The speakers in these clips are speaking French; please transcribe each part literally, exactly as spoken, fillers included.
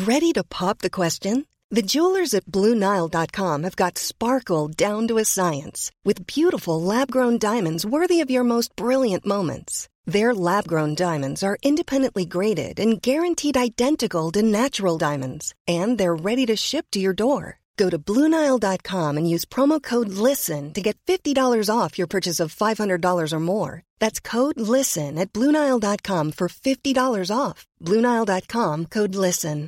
Ready to pop the question? The jewelers at Blue Nile dot com have got sparkle down to a science with beautiful lab-grown diamonds worthy of your most brilliant moments. Their lab-grown diamonds are independently graded and guaranteed identical to natural diamonds, and they're ready to ship to your door. Go to Blue Nile dot com and use promo code LISTEN to get fifty dollars off your purchase of five hundred dollars or more. That's code LISTEN at Blue Nile dot com for fifty dollars off. Blue Nile dot com, code LISTEN.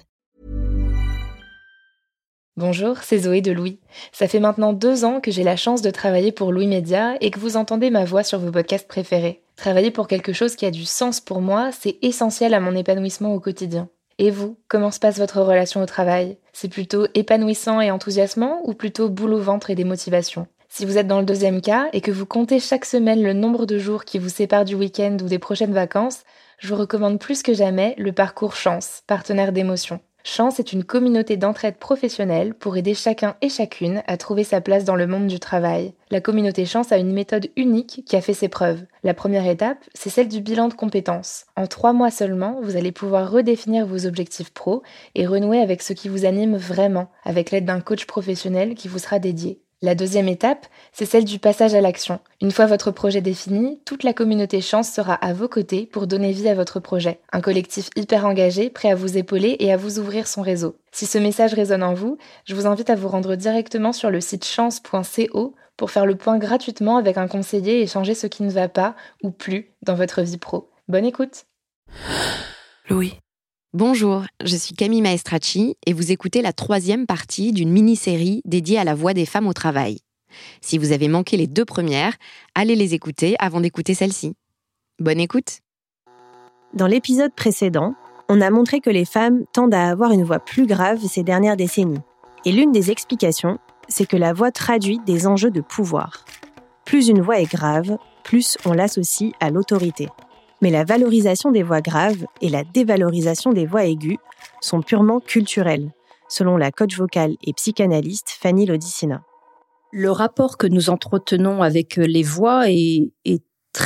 Bonjour, c'est Zoé de Louis. Ça fait maintenant deux ans que j'ai la chance de travailler pour Louis Média et que vous entendez ma voix sur vos podcasts préférés. Travailler pour quelque chose qui a du sens pour moi, c'est essentiel à mon épanouissement au quotidien. Et vous, comment se passe votre relation au travail ? C'est plutôt épanouissant et enthousiasmant ou plutôt boule au ventre et démotivation ? Si vous êtes dans le deuxième cas et que vous comptez chaque semaine le nombre de jours qui vous séparent du week-end ou des prochaines vacances, je vous recommande plus que jamais le parcours Chance, partenaire d'émotion. Chance est une communauté d'entraide professionnelle pour aider chacun et chacune à trouver sa place dans le monde du travail. La communauté Chance a une méthode unique qui a fait ses preuves. La première étape, c'est celle du bilan de compétences. En trois mois seulement, vous allez pouvoir redéfinir vos objectifs pro et renouer avec ce qui vous anime vraiment, avec l'aide d'un coach professionnel qui vous sera dédié. La deuxième étape, c'est celle du passage à l'action. Une fois votre projet défini, toute la communauté Chance sera à vos côtés pour donner vie à votre projet. Un collectif hyper engagé, prêt à vous épauler et à vous ouvrir son réseau. Si ce message résonne en vous, je vous invite à vous rendre directement sur le site chance point co pour faire le point gratuitement avec un conseiller et changer ce qui ne va pas ou plus dans votre vie pro. Bonne écoute. Louis. Bonjour, je suis Camille Maestracci et vous écoutez la troisième partie d'une mini-série dédiée à la voix des femmes au travail. Si vous avez manqué les deux premières, allez les écouter avant d'écouter celle-ci. Bonne écoute. Dans l'épisode précédent, on a montré que les femmes tendent à avoir une voix plus grave ces dernières décennies. Et l'une des explications, c'est que la voix traduit des enjeux de pouvoir. Plus une voix est grave, plus on l'associe à l'autorité. Mais la valorisation des voix graves et la dévalorisation des voix aiguës sont purement culturelles, selon la coach vocale et psychanalyste Fanny Lodicina. Le rapport que nous entretenons avec les voix est, est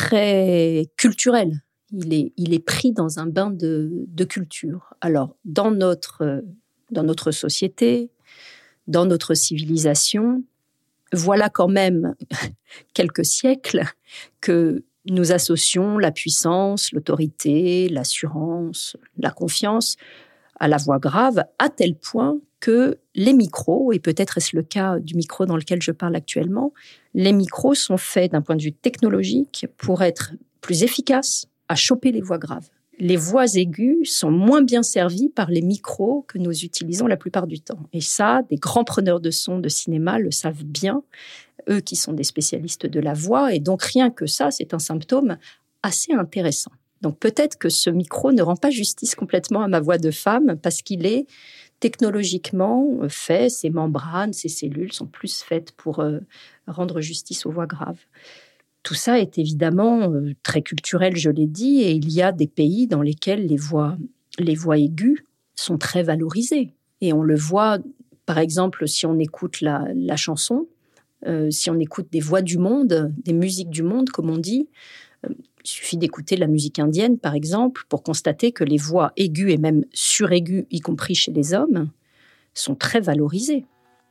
très culturel. Il est, il est pris dans un bain de, de culture. Alors, dans notre, dans notre société, dans notre civilisation, voilà quand même quelques siècles que nous associons la puissance, l'autorité, l'assurance, la confiance à la voix grave, à tel point que les micros, et peut-être est-ce le cas du micro dans lequel je parle actuellement, les micros sont faits d'un point de vue technologique pour être plus efficaces à choper les voix graves. Les voix aiguës sont moins bien servies par les micros que nous utilisons la plupart du temps. Et ça, des grands preneurs de son de cinéma le savent bien, eux qui sont des spécialistes de la voix. Et donc, rien que ça, c'est un symptôme assez intéressant. Donc, peut-être que ce micro ne rend pas justice complètement à ma voix de femme parce qu'il est technologiquement fait, ces membranes, ces cellules sont plus faites pour euh, rendre justice aux voix graves. Tout ça est évidemment euh, très culturel, je l'ai dit, et il y a des pays dans lesquels les voix, les voix aiguës sont très valorisées. Et on le voit, par exemple, si on écoute la, la chanson, euh, si on écoute des voix du monde, des musiques du monde, comme on dit, euh, il suffit d'écouter la musique indienne, par exemple, pour constater que les voix aiguës et même suraiguës, y compris chez les hommes, sont très valorisées.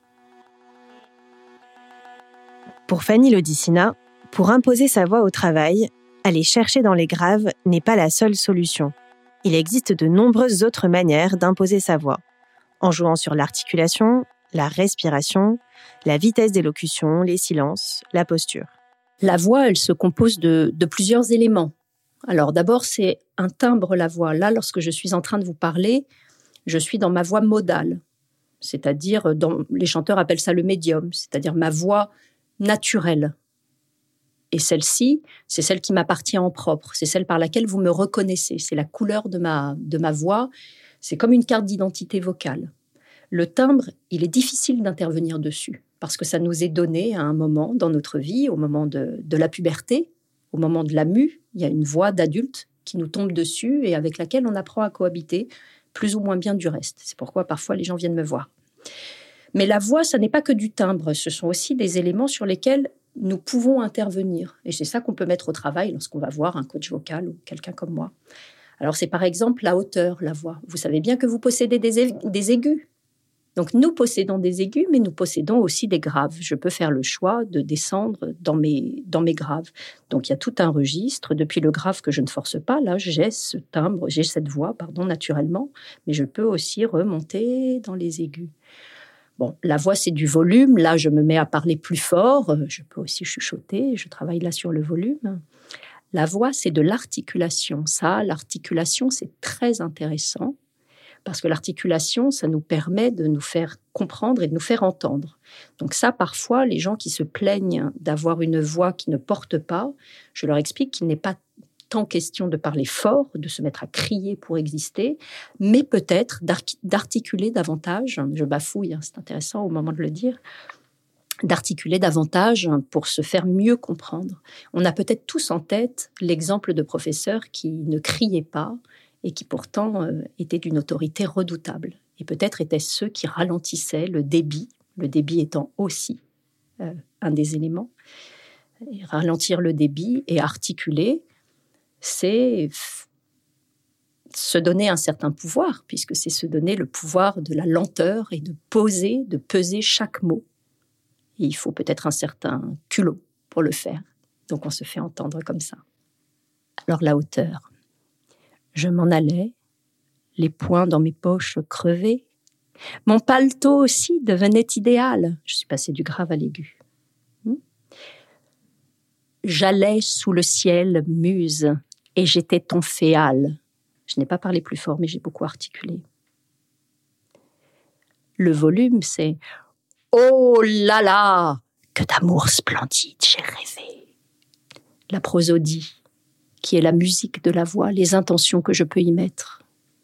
Pour Fanny Lodicina, pour imposer sa voix au travail, aller chercher dans les graves n'est pas la seule solution. Il existe de nombreuses autres manières d'imposer sa voix, en jouant sur l'articulation, la respiration, la vitesse d'élocution, les silences, la posture. La voix, elle se compose de, de plusieurs éléments. Alors d'abord, c'est un timbre, la voix. Là, lorsque je suis en train de vous parler, je suis dans ma voix modale, c'est-à-dire, dans, les chanteurs appellent ça le médium, c'est-à-dire ma voix naturelle. Et celle-ci, c'est celle qui m'appartient en propre, c'est celle par laquelle vous me reconnaissez, c'est la couleur de ma, de ma voix, c'est comme une carte d'identité vocale. Le timbre, il est difficile d'intervenir dessus, parce que ça nous est donné à un moment dans notre vie, au moment de, de la puberté, au moment de la mue, il y a une voix d'adulte qui nous tombe dessus et avec laquelle on apprend à cohabiter plus ou moins bien du reste. C'est pourquoi parfois les gens viennent me voir. Mais la voix, ça n'est pas que du timbre, ce sont aussi des éléments sur lesquels nous pouvons intervenir. Et c'est ça qu'on peut mettre au travail lorsqu'on va voir un coach vocal ou quelqu'un comme moi. Alors, c'est par exemple la hauteur, la voix. Vous savez bien que vous possédez des, aigus, des aigus. Donc, nous possédons des aigus, mais nous possédons aussi des graves. Je peux faire le choix de descendre dans mes, dans mes graves. Donc, il y a tout un registre. Depuis le grave que je ne force pas, là, j'ai ce timbre, j'ai cette voix, pardon, naturellement. Mais je peux aussi remonter dans les aigus. Bon, la voix, c'est du volume. Là, je me mets à parler plus fort. Je peux aussi chuchoter. Je travaille là sur le volume. La voix, c'est de l'articulation. Ça, l'articulation, c'est très intéressant. Parce que l'articulation, ça nous permet de nous faire comprendre et de nous faire entendre. Donc ça, parfois, les gens qui se plaignent d'avoir une voix qui ne porte pas, je leur explique qu'il n'est pas tant question de parler fort, de se mettre à crier pour exister, mais peut-être d'articuler davantage, je bafouille, hein, c'est intéressant au moment de le dire, d'articuler davantage pour se faire mieux comprendre. On a peut-être tous en tête l'exemple de professeurs qui ne criaient pas, et qui pourtant euh, étaient d'une autorité redoutable. Et peut-être étaient-ce ceux qui ralentissaient le débit, le débit étant aussi euh, un des éléments. Et ralentir le débit et articuler, c'est f- se donner un certain pouvoir, puisque c'est se donner le pouvoir de la lenteur et de poser, de peser chaque mot. Et il faut peut-être un certain culot pour le faire. Donc on se fait entendre comme ça. Alors la hauteur. Je m'en allais, les poings dans mes poches crevées. Mon paletot aussi devenait idéal. Je suis passée du grave à l'aigu. J'allais sous le ciel, muse, et j'étais ton féal. Je n'ai pas parlé plus fort, mais j'ai beaucoup articulé. Le volume, c'est « Oh là là, que d'amour splendide j'ai rêvé !» La prosodie, qui est la musique de la voix, les intentions que je peux y mettre.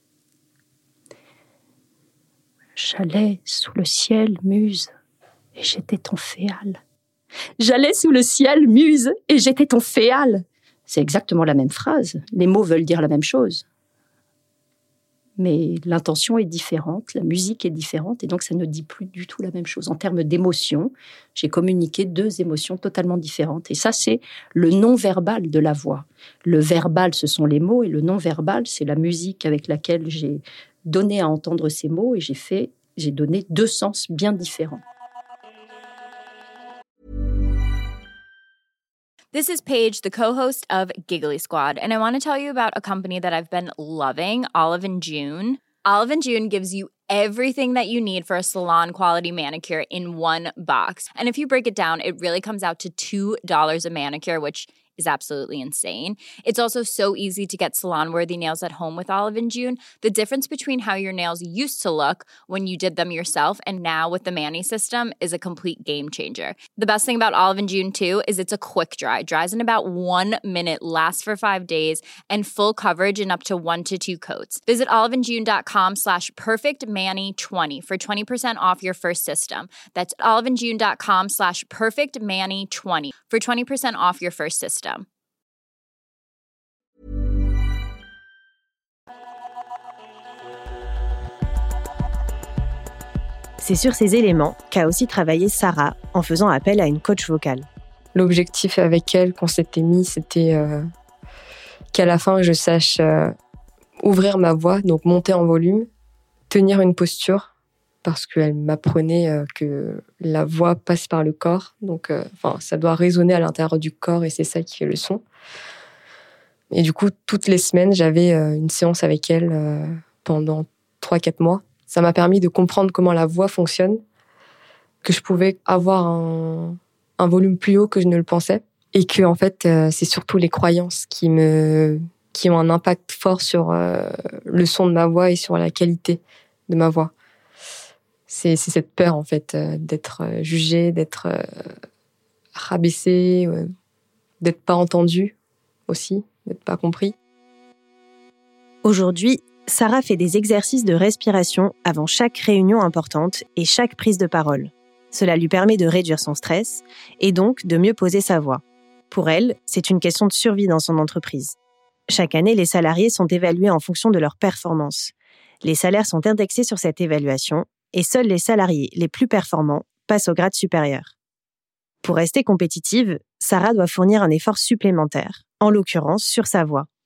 J'allais sous le ciel, muse, et j'étais ton féal. J'allais sous le ciel, muse, et j'étais ton féal. C'est exactement la même phrase. Les mots veulent dire la même chose. Mais l'intention est différente, la musique est différente, et donc ça ne dit plus du tout la même chose. En termes d'émotion, j'ai communiqué deux émotions totalement différentes. Et ça, c'est le non-verbal de la voix. Le verbal, ce sont les mots, et le non-verbal, c'est la musique avec laquelle j'ai donné à entendre ces mots, et j'ai fait, j'ai donné deux sens bien différents. This is Paige, the co-host of Giggly Squad, and I want to tell you about a company that I've been loving, Olive and June. Olive and June gives you everything that you need for a salon-quality manicure in one box. And if you break it down, it really comes out to two dollars a manicure, which is absolutely insane. It's also so easy to get salon-worthy nails at home with Olive and June. The difference between how your nails used to look when you did them yourself and now with the Mani system is a complete game changer. The best thing about Olive and June, too, is it's a quick dry. Dries in about one minute, lasts for five days, and full coverage in up to one to two coats. Visit oliveandjune.com slash perfectmani20 for twenty percent off your first system. That's oliveandjune.com slash perfectmani20 for twenty percent off your first system. C'est sur ces éléments qu'a aussi travaillé Sarah en faisant appel à une coach vocale. L'objectif avec elle qu'on s'était mis, c'était euh, qu'à la fin, je sache euh, ouvrir ma voix, donc monter en volume, tenir une posture, parce qu'elle m'apprenait euh, que la voix passe par le corps, donc euh, ça doit résonner à l'intérieur du corps et c'est ça qui fait le son. Et du coup, toutes les semaines, j'avais euh, une séance avec elle euh, pendant trois à quatre mois. Ça m'a permis de comprendre comment la voix fonctionne, que je pouvais avoir un, un volume plus haut que je ne le pensais, et que en fait, euh, c'est surtout les croyances qui me qui ont un impact fort sur euh, le son de ma voix et sur la qualité de ma voix. C'est, c'est cette peur en fait euh, d'être euh, jugée, d'être euh, rabaissée, euh, d'être pas entendue aussi, d'être pas compris. Aujourd'hui, Sarah fait des exercices de respiration avant chaque réunion importante et chaque prise de parole. Cela lui permet de réduire son stress et donc de mieux poser sa voix. Pour elle, c'est une question de survie dans son entreprise. Chaque année, les salariés sont évalués en fonction de leur performance. Les salaires sont indexés sur cette évaluation et seuls les salariés les plus performants passent au grade supérieur. Pour rester compétitive, Sarah doit fournir un effort supplémentaire, en l'occurrence sur sa voix.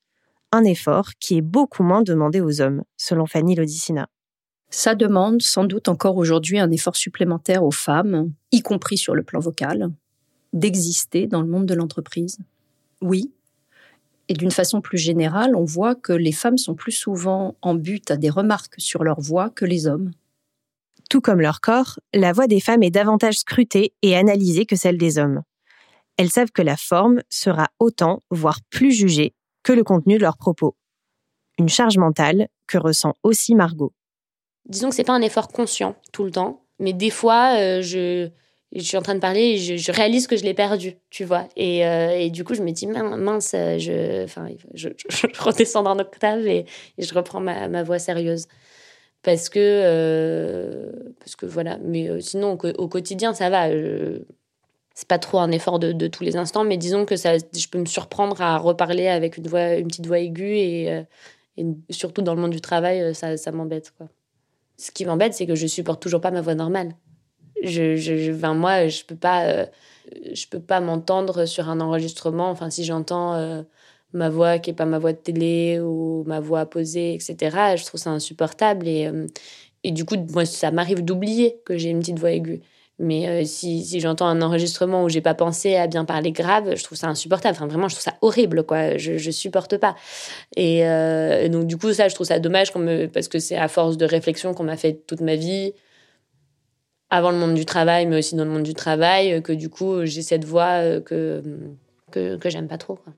un effort qui est beaucoup moins demandé aux hommes, selon Fanny Lodicina. Ça demande sans doute encore aujourd'hui un effort supplémentaire aux femmes, y compris sur le plan vocal, d'exister dans le monde de l'entreprise. Oui. Et d'une façon plus générale, on voit que les femmes sont plus souvent en but à des remarques sur leur voix que les hommes. Tout comme leur corps, la voix des femmes est davantage scrutée et analysée que celle des hommes. Elles savent que la forme sera autant, voire plus jugée, que le contenu de leurs propos. Une charge mentale que ressent aussi Margot. Disons que c'est pas un effort conscient tout le temps, mais des fois, euh, je, je suis en train de parler et je, je réalise que je l'ai perdu, tu vois. Et, euh, et du coup, je me dis, mince, je, enfin, je, je, je redescends d'un octave et, et je reprends ma, ma voix sérieuse. Parce que, euh, parce que voilà, mais euh, sinon, au, au quotidien, ça va. Je, c'est pas trop un effort de, de tous les instants, mais disons que ça, je peux me surprendre à reparler avec une, voix, une petite voix aiguë et, euh, et surtout dans le monde du travail, ça, ça m'embête, quoi. Ce qui m'embête, c'est que je supporte toujours pas ma voix normale. Je, je, je, enfin, moi, je peux pas, euh, je peux pas m'entendre sur un enregistrement. Enfin, si j'entends euh, ma voix qui est pas ma voix de télé ou ma voix posée, et cetera, je trouve ça insupportable. Et, euh, et du coup, moi, ça m'arrive d'oublier que j'ai une petite voix aiguë. Mais euh, si, si j'entends un enregistrement où j'ai pas pensé à bien parler grave, je trouve ça insupportable. Enfin, vraiment, je trouve ça horrible, quoi. Je, je supporte pas. Et, euh, et donc, du coup, ça, je trouve ça dommage qu'on me, parce que c'est à force de réflexion qu'on m'a fait toute ma vie, avant le monde du travail, mais aussi dans le monde du travail, que du coup, j'ai cette voix que, que, que j'aime pas trop, quoi.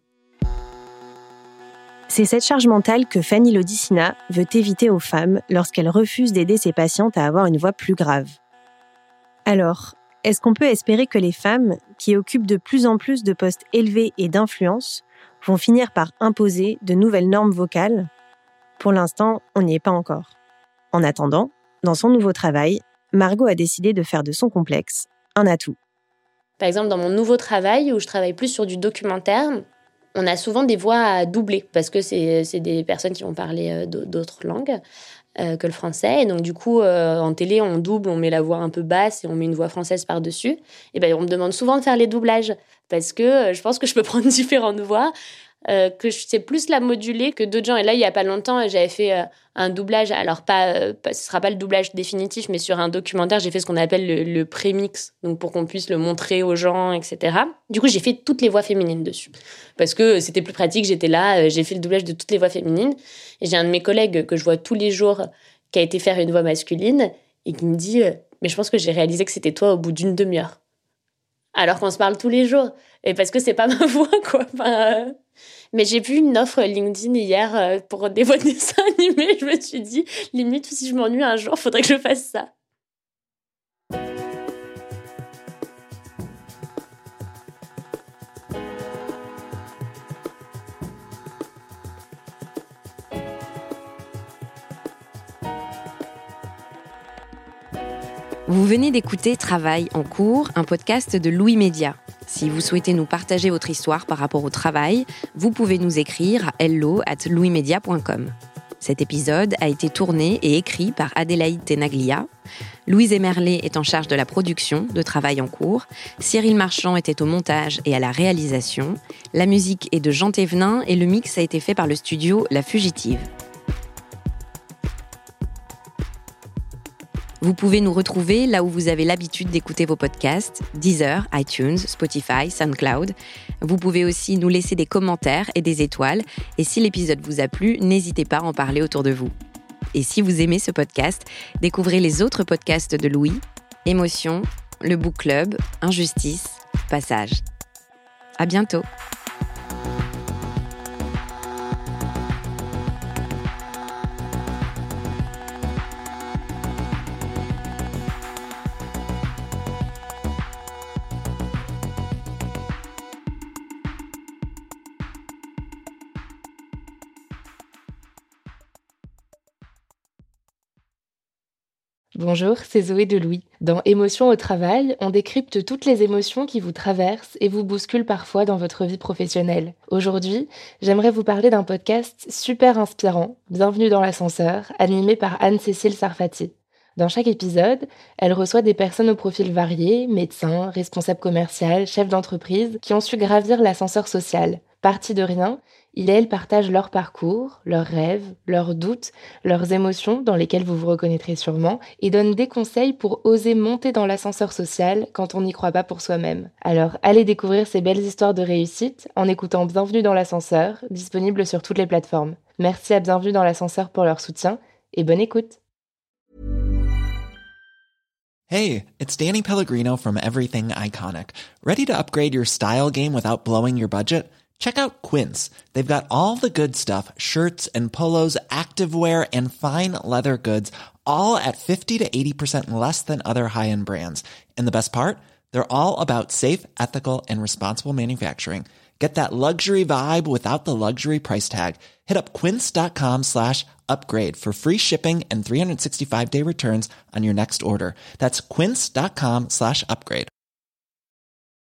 C'est cette charge mentale que Fanny Lodicina veut éviter aux femmes lorsqu'elle refuse d'aider ses patientes à avoir une voix plus grave. Alors, est-ce qu'on peut espérer que les femmes, qui occupent de plus en plus de postes élevés et d'influence, vont finir par imposer de nouvelles normes vocales ? Pour l'instant, on n'y est pas encore. En attendant, dans son nouveau travail, Margot a décidé de faire de son complexe un atout. Par exemple, dans mon nouveau travail, où je travaille plus sur du documentaire, on a souvent des voix à doubler, parce que c'est, c'est des personnes qui vont parler d'autres langues euh, que le français. Et donc, du coup, euh, en télé, on double, on met la voix un peu basse et on met une voix française par-dessus. Et ben, on me demande souvent de faire les doublages, parce que euh, je pense que je peux prendre différentes voix, euh, que je sais plus la moduler que d'autres gens. Et là, il y a pas longtemps, j'avais fait euh, un doublage, alors pas, euh, pas, ce sera pas le doublage définitif, mais sur un documentaire, j'ai fait ce qu'on appelle le, le pré-mix, donc pour qu'on puisse le montrer aux gens, et cetera. Du coup, j'ai fait toutes les voix féminines dessus, parce que c'était plus pratique, j'étais là, euh, j'ai fait le doublage de toutes les voix féminines, et j'ai un de mes collègues que je vois tous les jours, qui a été faire une voix masculine, et qui me dit euh, « Mais je pense que j'ai réalisé que c'était toi au bout d'une demi-heure. » Alors qu'on se parle tous les jours, et parce que c'est pas ma voix, quoi. Enfin, euh... Mais j'ai vu une offre LinkedIn hier euh, pour des voix de dessins animés. Je me suis dit, limite, si je m'ennuie un jour, faudrait que je fasse ça. Vous venez d'écouter Travail en cours, un podcast de Louis Média. Si vous souhaitez nous partager votre histoire par rapport au travail, vous pouvez nous écrire à hello at louis media point com. Cet épisode a été tourné et écrit par Adélaïde Tenaglia. Louise Emerlet est en charge de la production de Travail en cours. Cyril Marchand était au montage et à la réalisation. La musique est de Jean Thévenin et le mix a été fait par le studio La Fugitive. Vous pouvez nous retrouver là où vous avez l'habitude d'écouter vos podcasts, Deezer, iTunes, Spotify, SoundCloud. Vous pouvez aussi nous laisser des commentaires et des étoiles. Et si l'épisode vous a plu, n'hésitez pas à en parler autour de vous. Et si vous aimez ce podcast, découvrez les autres podcasts de Louis, Émotion, le Book Club, Injustice, Passage. À bientôt. Bonjour, c'est Zoé de Louis. Dans Émotion au travail, on décrypte toutes les émotions qui vous traversent et vous bousculent parfois dans votre vie professionnelle. Aujourd'hui, j'aimerais vous parler d'un podcast super inspirant, Bienvenue dans l'ascenseur, animé par Anne-Cécile Sarfati. Dans chaque épisode, elle reçoit des personnes au profil varié, médecins, responsables commerciaux, chefs d'entreprise, qui ont su gravir l'ascenseur social. Partis de rien, Ils et elles partagent leur parcours, leurs rêves, leurs doutes, leurs émotions dans lesquelles vous vous reconnaîtrez sûrement et donnent des conseils pour oser monter dans l'ascenseur social quand on n'y croit pas pour soi-même. Alors allez découvrir ces belles histoires de réussite en écoutant Bienvenue dans l'ascenseur, disponible sur toutes les plateformes. Merci à Bienvenue dans l'ascenseur pour leur soutien et bonne écoute. Hey, it's Danny Pellegrino from Everything Iconic. Ready to upgrade your style game without blowing your budget? Check out Quince. They've got all the good stuff, shirts and polos, activewear, and fine leather goods, all at fifty to eighty percent less than other high-end brands. And the best part? They're all about safe, ethical, and responsible manufacturing. Get that luxury vibe without the luxury price tag. Hit up quince.com slash upgrade for free shipping and three sixty-five day returns on your next order. That's quince.com slash upgrade.